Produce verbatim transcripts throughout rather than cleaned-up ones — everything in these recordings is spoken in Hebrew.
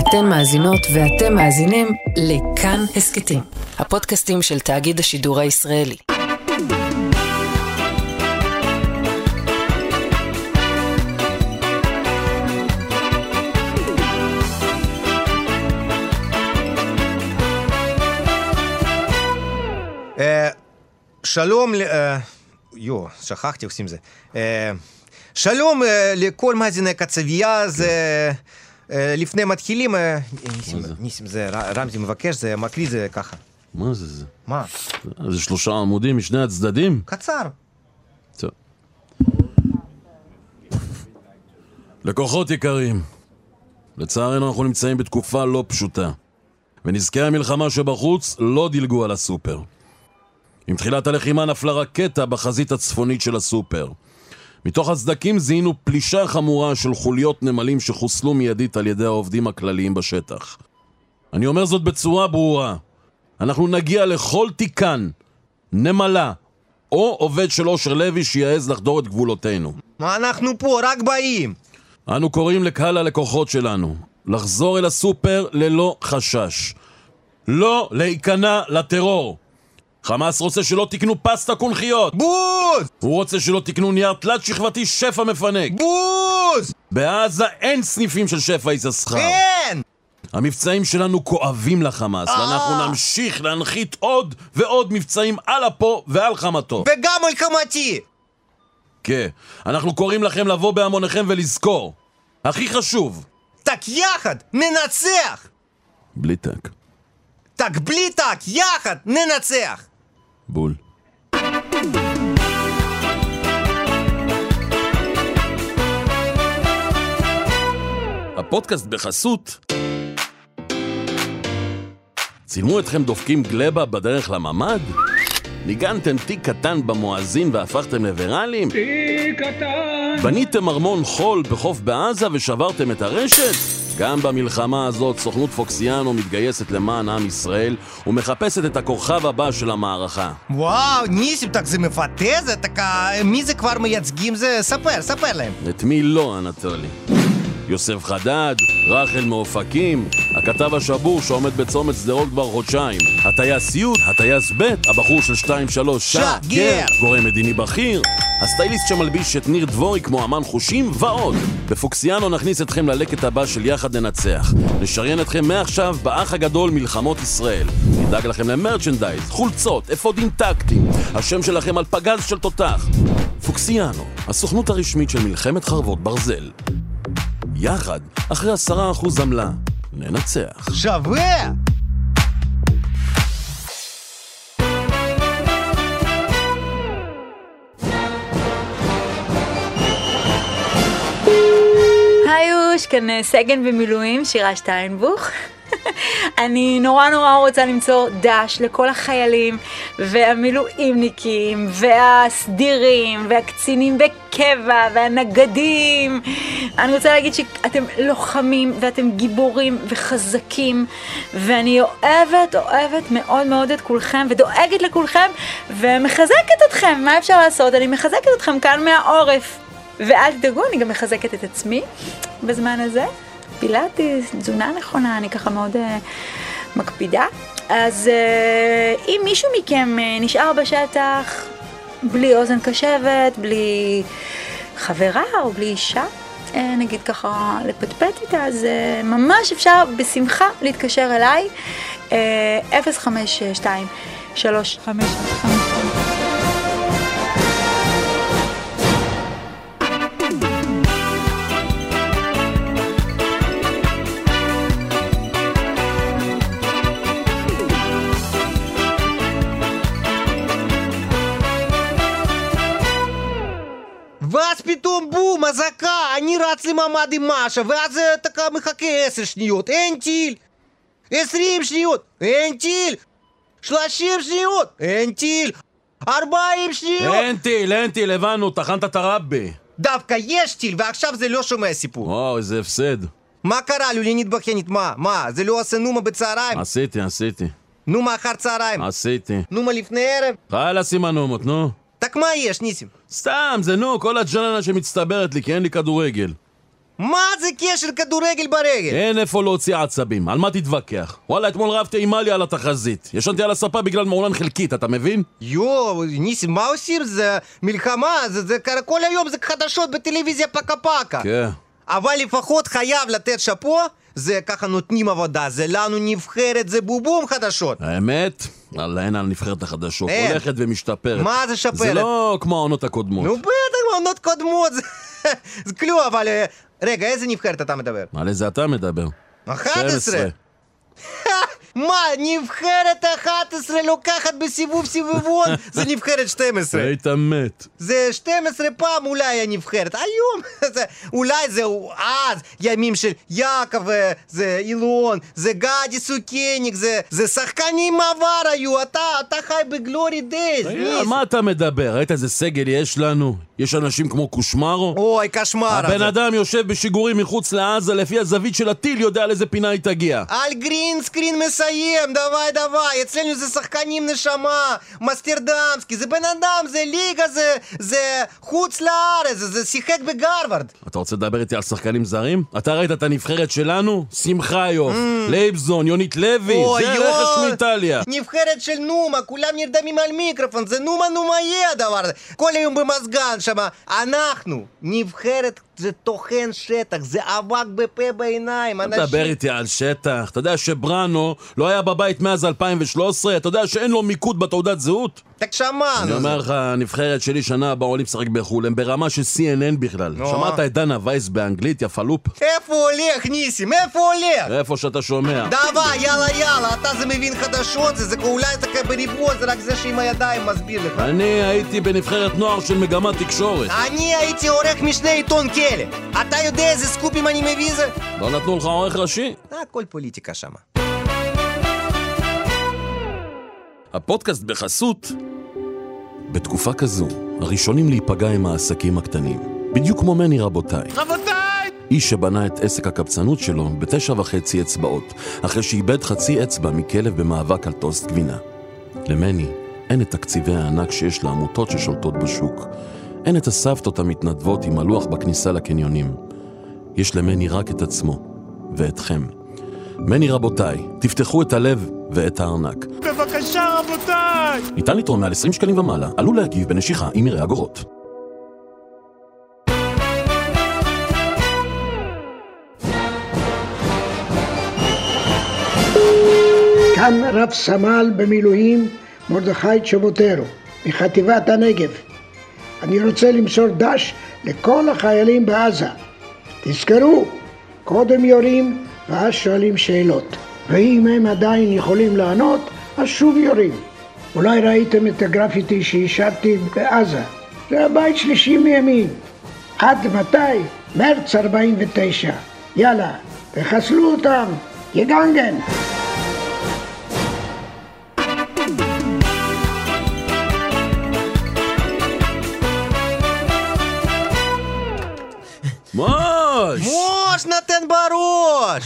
אתן מאזינות ואתם מאזינים לכאן הסקטים, הפודקאסטים של תאגיד השידור הישראלי. שלום, יו, שכחתי עושים זה. שלום לכל מאזיני קצבייה, זה לפני מתחילים, ניסים זה, רמזי מבקש, זה מקריא זה ככה. מה זה זה? מה? זה שלושה עמודים משני הצדדים? קצר. טוב. לקוחות יקרים, לצערנו אנחנו נמצאים בתקופה לא פשוטה, ונזכי המלחמה שבחוץ לא דילגו על הסופר. עם תחילת הלחימה נפלה רקטה בחזית הצפונית של הסופר. מתוך הצדקים זיהינו פלישה חמורה של חוליות נמלים שחוסלו מיידית על ידי העובדים הכלליים בשטח. אני אומר זאת בצורה ברורה. אנחנו נגיע לכל תיקן, נמלה, או עובד של אושר לוי שיעז לחדור את גבולותינו. מה אנחנו פה? רק באים. אנו קוראים לקהל הלקוחות שלנו לחזור אל הסופר ללא חשש. לא להיכנע לטרור. חמאס רוצה שלא תקנו פסטה קונחיות. בוז! הוא רוצה שלא תקנו נייר תלת שכבתי שפע מפנק. בוז! בעזה אין סניפים של שפע יששכר. אין! המבצעים שלנו כואבים לחמאס, ואנחנו נמשיך להנחית עוד ועוד מבצעים על אפו ועל חמתו. וגם על חמתי! כן, אנחנו קוראים לכם לבוא בהמוניכם ולזכור. הכי חשוב. תק יחד, ננצח! בלי תק. תק בלי תק, יחד, ננצח! בול. הפודקאסט בחסות צילמו אתכם דופקים גלבה בדרך לממד? ניגנתם תיק קטן במואזין והפכתם לוויראלים? תיק קטן! בניתם ארמון חול בחוף בעזה ושברתם את הרשת? גם במלחמה הזאת סוכנות פוקסיאנו מתגייסת למען עם ישראל ומחפשת את הכוכב הבא של המערכה. וואו, ניסים, תק זה מפתה זה, תק מי זה כבר מייצגים זה? ספר, ספר להם. את מי לא, אנטולי? יוסף חדד, רחל מאופקים, הכתב השבור שעומד בצומת שדרות כבר חודשיים, הטייס יוד, הטייס ב', הבחור של שתיים שלוש שגר, גורם מדיני בכיר, הסטייליסט שמלביש את ניר דבורי כמו אמן חושים ועוד. בפוקסיאנו נכניס אתכם ללקט הבא של יחד ננצח. נשריין אתכם מעכשיו באח הגדול מלחמות ישראל. נדאג לכם למרצ'נדייז, חולצות, אפודים טקטיים, השם שלכם על פגז של תותח. פוקסיאנו, הסוכנות הרשמית של מלחמת חרבות ברזל. יחד, אחרי עשרה אחוז עמלה, ננצח. שווה! היוש, כאן סגן במילואים, שירה שטיינבוך. אני נורא נורא רוצה למצוא דש לכל החיילים והמילואימניקים והסדירים והקצינים בקבע והנגדים. אני רוצה להגיד שאתם לוחמים ואתם גיבורים וחזקים, ואני אוהבת, אוהבת מאוד מאוד את כולכם ודואגת לכולכם ומחזקת אתכם. מה אפשר לעשות? אני מחזקת אתכם כאן מהעורף. ואל תדאגו, אני גם מחזקת את עצמי בזמן הזה. פילאטיס, תזונה נכונה, אני ככה מאוד uh, מקפידה. אז uh, אם מישהו מכם uh, נשאר בשטח בלי אוזן קשבת, בלי חברה או בלי אישה, uh, נגיד ככה לפטפט איתה, אז uh, ממש אפשר בשמחה להתקשר אליי, uh, אפס חמש שתיים שלוש חמש חמש. ואז פתאום בום, אזעקה, אני רץ לממד עם משה, ואז תקע מחכה עשר שניות, אין טיל, עשרים שניות, אין טיל, שלושים שניות, אין טיל, ארבעים שניות. אין טיל, אין טיל, הבנו, תחנת את הרבי. דווקא יש טיל, ועכשיו זה לא שומע סיפור. וואו, איזה הפסד. מה קרה, לולינית בחנית, מה? מה, זה לא עושה נומה בצהריים? עשיתי, עשיתי. נומה אחר צהריים? עשיתי. נומה לפני ערב? חלאס עם הנומות, נו. תק מה יש, ניסים? סתם, זה נו, כל הג'ננה שמצטברת לי, כי אין לי כדורגל. מה זה קשר כדורגל ברגל? אין איפה להוציא עצבים, על מה תתווכח? וואלה, אתמול רבתי עם מלי על התחזית. ישנתי על הספה בגלל מעולן חלקית, אתה מבין? יו, ניסים, מה עושים? זה מלחמה, זה, זה כל היום זה חדשות בטלוויזיה פקה פקה. כן. אבל לפחות חייב לתת שפו, זה ככה נותנים עבודה, זה לנו נבחרת, זה בובום חדשות. האמת? וואלה, אין על נבחרת החדשות, אין. הולכת ומשתפרת. מה זה שפרת? זה לא כמו העונות הקודמות. נו בטח, עונות קודמות, זה, זה כלום, אבל... רגע, איזה נבחרת אתה מדבר? על איזה אתה מדבר? אחת עשרה? מה, נבחרת אחת עשרה לוקחת בסיבוב סיבובון? זה נבחרת שתים עשרה. היית מת. זה שתים עשרה פעם אולי הנבחרת. היום, זה, אולי זה אז ימים של יעקב, זה אילון, זה גדי סוכניק, זה, זה שחקנים מעבר היו, אתה, אתה חי בגלורי דייז. על מה אתה מדבר? ראית איזה סגל יש לנו? יש אנשים כמו קושמרו? אוי, קשמר הזה. הבן אדם יושב בשיגורים מחוץ לעזה, לפי הזווית של הטיל יודע על איזה פינה היא תגיע. על גרין סקרין מסיים, דווי דווי, אצלנו זה שחקנים נשמה, מסטרדמסקי, זה בן אדם, זה ליגה, זה, זה חוץ לארץ, זה, זה שיחק בגרווארד. אתה רוצה לדבר איתי על שחקנים זרים? אתה ראית את הנבחרת שלנו? שמחיוף, mm. לייבזון, יונית לוי, אוי, זה יו, רכש מאיטליה. נבחרת של נומה, כולם נרדמים על מיקרופון, זה נומה נומאיה הדבר הזה. כל היום במסגן שמה, אנחנו, נבחרת זה תוכן שטח, זה אבק בפה בעיניים, אתה מדבר איתי על שטח, אתה יודע שבראנו לא היה בבית מאז אלפיים ושלוש עשרה, אתה יודע שאין לו מיקוד בתעודת זהות? רק שמענו. אני אומר לך, הנבחרת שלי שנה הבאה עולים לשחק בחו"ל, הם ברמה של סי אן אן בכלל. שמעת את דנה וייס באנגלית, יא פלופ? איפה הולך ניסים? איפה הולך? איפה שאתה שומע. דווי, יאללה יאללה, אתה זה מבין חדשות, זה, זה אולי זה בריבוע, זה רק זה שעם הידיים מסביר לך. אני הייתי בנבחרת נוער של מגמת תקשורת. אני הייתי עורך משנה עיתון כלא. אתה יודע איזה סקופים אני מביא זה? לא נתנו לך עורך ראשי? הכל פוליטיקה שמה. הפודקאסט בחסות. בתקופה כזו, הראשונים להיפגע עם העסקים הקטנים. בדיוק כמו מני רבותיי. רבותיי! איש שבנה את עסק הקבצנות שלו בתשע וחצי אצבעות, אחרי שאיבד חצי אצבע מכלב במאבק על טוסט גבינה. למני, אין את תקציבי הענק שיש לעמותות ששולטות בשוק. אין את הסבתות המתנדבות עם הלוח בכניסה לקניונים. יש למני רק את עצמו, ואתכם. מני רבותיי, תפתחו את הלב ואת הארנק. בבקשה רבותיי! ניתן לתרום מעל עשרים שקלים ומעלה, עלול להגיב בנשיכה עם מראה אגורות. כאן רב סמל במילואים מרדכי צ'בוטרו, מחטיבת הנגב. אני רוצה למסור דש לכל החיילים בעזה. תזכרו, קודם יורים ואז שואלים שאלות. ואם הם עדיין יכולים לענות, אז שוב יורים. אולי ראיתם את הגרפיטי שהשארתי בעזה. זה הבית שלישי מימין. עד מתי? מרץ ארבעים ותשע. יאללה, תחסלו אותם. יגנגן. מוש! מוש נתן בראש!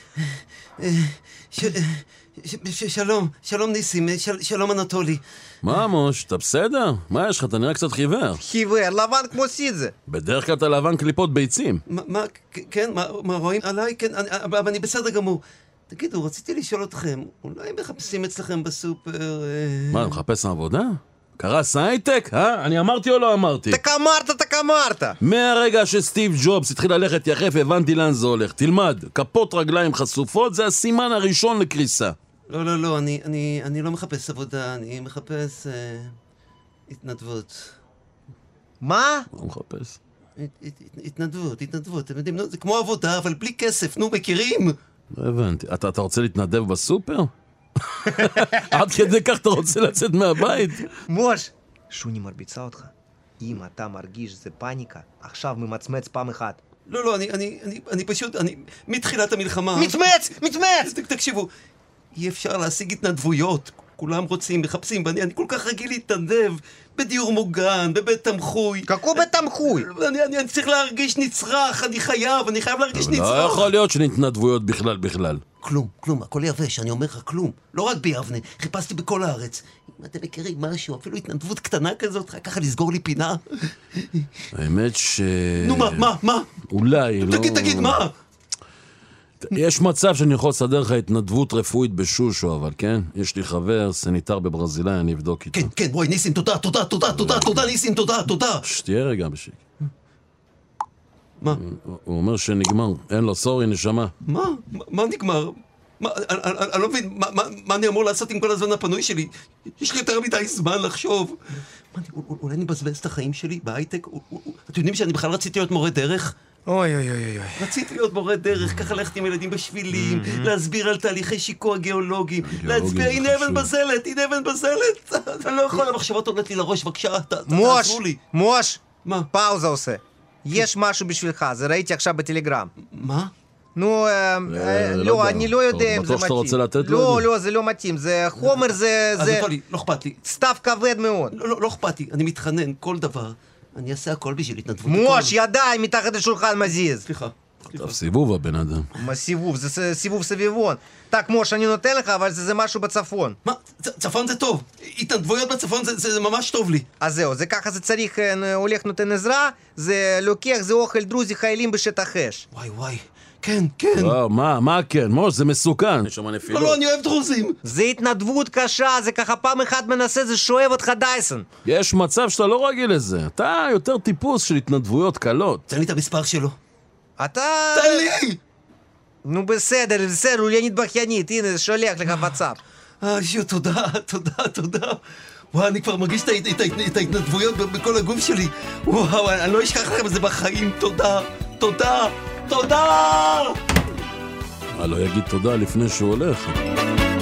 שלום, שלום ניסים, שלום אנטולי. מה מוש, אתה בסדר? מה יש לך? אתה נראה קצת חיוור. חיוור, לבן כמו סידזה. בדרך כלל אתה לבן קליפות ביצים. מה, כן, מה רואים עליי? כן, אבל אני בסדר גמור. תגידו, רציתי לשאול אתכם, אולי מחפשים אצלכם בסופר... מה, מחפש עבודה? קרס הייטק? אה? אני אמרתי או לא אמרתי? תקמרת, תקמרת. מהרגע שסטיב ג'ובס התחיל ללכת יחף, הבנתי לאן זה הולך. תלמד, כפות רגליים חשופות זה הסימן הראשון לקריסה. לא, לא, לא, אני, אני, אני לא מחפש עבודה, אני מחפש אה, התנדבות. מה? מה הוא מחפש? הת, הת, התנדבות, התנדבות, אתם יודעים, זה כמו עבודה, אבל בלי כסף, נו, מכירים? לא הבנתי. אתה, אתה רוצה להתנדב בסופר? עד כדי כך אתה רוצה לצאת מהבית? מוש, שוני מרביצה אותך. אם אתה מרגיש שזה פאניקה, עכשיו ממצמץ פעם אחת. לא, לא, אני, אני, אני, אני פשוט, אני, מתחילת המלחמה... מצמץ! מצמץ! תקשיבו, אי אפשר להשיג התנדבויות. כולם רוצים, מחפשים, ואני אני כל כך רגיל להתנדב בדיור מוגן, בבית תמחוי. כקו בית תמחוי. אני, אני, אני צריך להרגיש נצרך, אני חייב, אני חייב להרגיש נצרך. לא יכול להיות שנתנדבויות בכלל בכלל. כלום, כלום, הכל יבש, אני אומר לך כלום. לא רק ביבנה, חיפשתי בכל הארץ. אם אתם מכירים משהו, אפילו התנדבות קטנה כזאת, ככה לסגור לי פינה. האמת ש... נו, מה, מה, מה? אולי, לא... תגיד, תגיד, מה? יש מצב שאני יכול לסדר לך התנדבות רפואית בשושו, אבל כן? יש לי חבר, סניטר בברזילאי, אני אבדוק איתו. כן, כן, בואי, ניסים, תודה, תודה, תודה, תודה, תודה, ניסים, תודה, תודה. שתהיה רגע בשיק. מה? הוא אומר שנגמר. אין לו, סורי, נשמה. מה? מה נגמר? מה, אני, אני, אני לא מבין, מה, מה, מה אני אמור לעשות עם כל הזמן הפנוי שלי? יש לי יותר מדי זמן לחשוב. מה, אולי אני מבזבז את החיים שלי בהייטק? אתם יודעים שאני בכלל רציתי להיות מורה דרך? אוי אוי אוי אוי. רציתי להיות מורה דרך, ככה ללכת עם ילדים בשבילים, להסביר על תהליכי שיקוע גיאולוגיים, להצביע, הנה אבן בזלת, הנה אבן בזלת. אני לא יכול, המחשבות עולות לי לראש, בבקשה, תעזרו לי. מוש, מה? פאוזה עושה. יש משהו בשבילך, זה ראיתי עכשיו בטלגרם. מה? נו, לא, אני לא יודע אם זה בטוח שאתה רוצה מתאים. לתת לו לא, את זה? לא, זה לא מתאים, זה חומר, זה... אז זה אותו לי, לא אכפת לי. סתיו כבד מאוד. לא, לא, לא אכפת לי, אני מתחנן, כל דבר. אני אעשה הכל בשביל התנדבות. מוש, ידיים מתחת לשולחן מזיז. סליחה. טוב, סיבוב הבן אדם. מה סיבוב? זה סיבוב סביבון. טק, מוש, אני נותן לך, אבל זה משהו בצפון. מה? צפון זה טוב. התנדבויות בצפון זה ממש טוב לי. אז זהו, זה ככה זה צריך, הולך נותן עזרה, זה לוקח, זה אוכל דרוזי חיילים בשטח אש. וואי וואי. כן, כן. וואו, מה, מה כן? מוש, זה מסוכן. יש שם לא, נפילות. לא, אני אוהב דרוזים. זה התנדבות קשה, זה ככה פעם אחת מנסה, זה שואב אותך דייסון. יש מצב שאתה לא רגיל לזה. אתה יותר טיפוס של התנדבויות קלות. תן לי את המספר שלו. אתה... תן לי! נו בסדר, בסדר, הוא ינית בכיינית, הנה, שולח לך וואטסאפ. אה, שיו, תודה, תודה, תודה. וואו, אני כבר מרגיש את, את, את, את ההתנדבויות בכל הגוף שלי. וואו, אני לא אשכח לכם את זה בחיים. תודה, תודה, תודה! מה, לא יגיד תודה לפני שהוא הולך?